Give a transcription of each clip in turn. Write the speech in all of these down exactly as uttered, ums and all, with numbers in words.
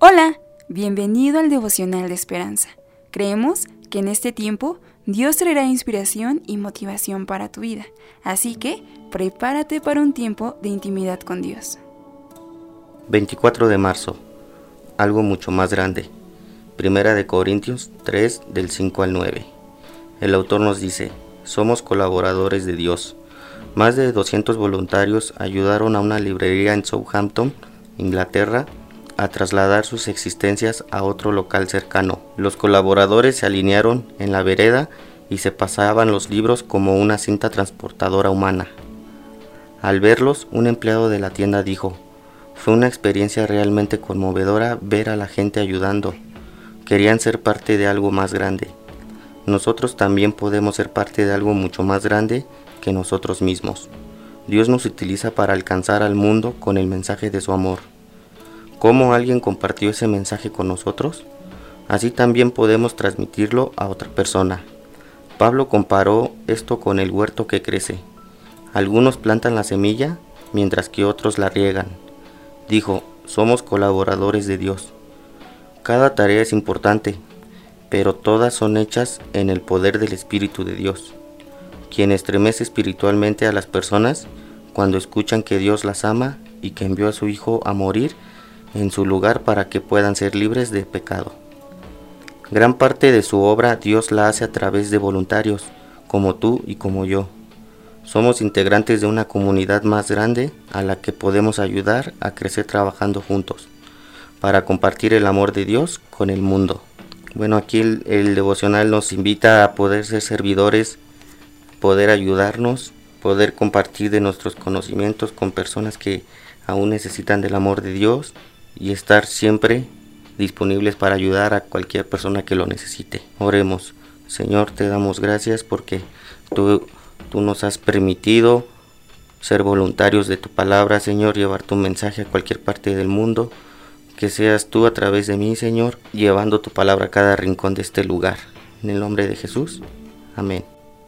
Hola, bienvenido al Devocional de Esperanza. Creemos que en este tiempo Dios traerá inspiración y motivación para tu vida, así que prepárate para un tiempo de intimidad con Dios. veinticuatro de marzo. Algo mucho más grande. Primera de Corintios tres, del cinco al nueve. El autor nos dice: somos colaboradores de Dios. Más de doscientos voluntarios ayudaron a una librería en Southampton, Inglaterra, a trasladar sus existencias a otro local cercano. Los colaboradores se alinearon en la vereda y se pasaban los libros como una cinta transportadora humana. Al verlos, un empleado de la tienda dijo: fue una experiencia realmente conmovedora ver a la gente ayudando. Querían ser parte de algo más grande. Nosotros también podemos ser parte de algo mucho más grande que nosotros mismos. Dios nos utiliza para alcanzar al mundo con el mensaje de su amor. ¿Cómo alguien compartió ese mensaje con nosotros? Así también podemos transmitirlo a otra persona. Pablo comparó esto con el huerto que crece. Algunos plantan la semilla, mientras que otros la riegan. Dijo: somos colaboradores de Dios. Cada tarea es importante, pero todas son hechas en el poder del Espíritu de Dios, quien estremece espiritualmente a las personas cuando escuchan que Dios las ama y que envió a su Hijo a morir en su lugar para que puedan ser libres de pecado. Gran parte de su obra Dios la hace a través de voluntarios, como tú y como yo. Somos integrantes de una comunidad más grande a la que podemos ayudar a crecer trabajando juntos, para compartir el amor de Dios con el mundo. Bueno, aquí el, el devocional nos invita a poder ser servidores, poder ayudarnos, poder compartir de nuestros conocimientos con personas que aún necesitan del amor de Dios y estar siempre disponibles para ayudar a cualquier persona que lo necesite. Oremos. Señor, te damos gracias porque tú, tú nos has permitido ser voluntarios de tu palabra, Señor, llevar tu mensaje a cualquier parte del mundo. Que seas tú a través de mí, Señor, llevando tu palabra a cada rincón de este lugar. En el nombre de Jesús. Amén.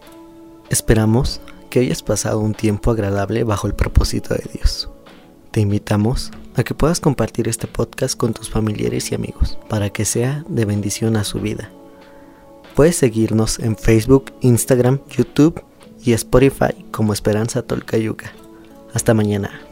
Esperamos que hayas pasado un tiempo agradable bajo el propósito de Dios. Te invitamos a que puedas compartir este podcast con tus familiares y amigos para que sea de bendición a su vida. Puedes seguirnos en Facebook, Instagram, YouTube y Spotify como Esperanza Tolcayuca. Hasta mañana.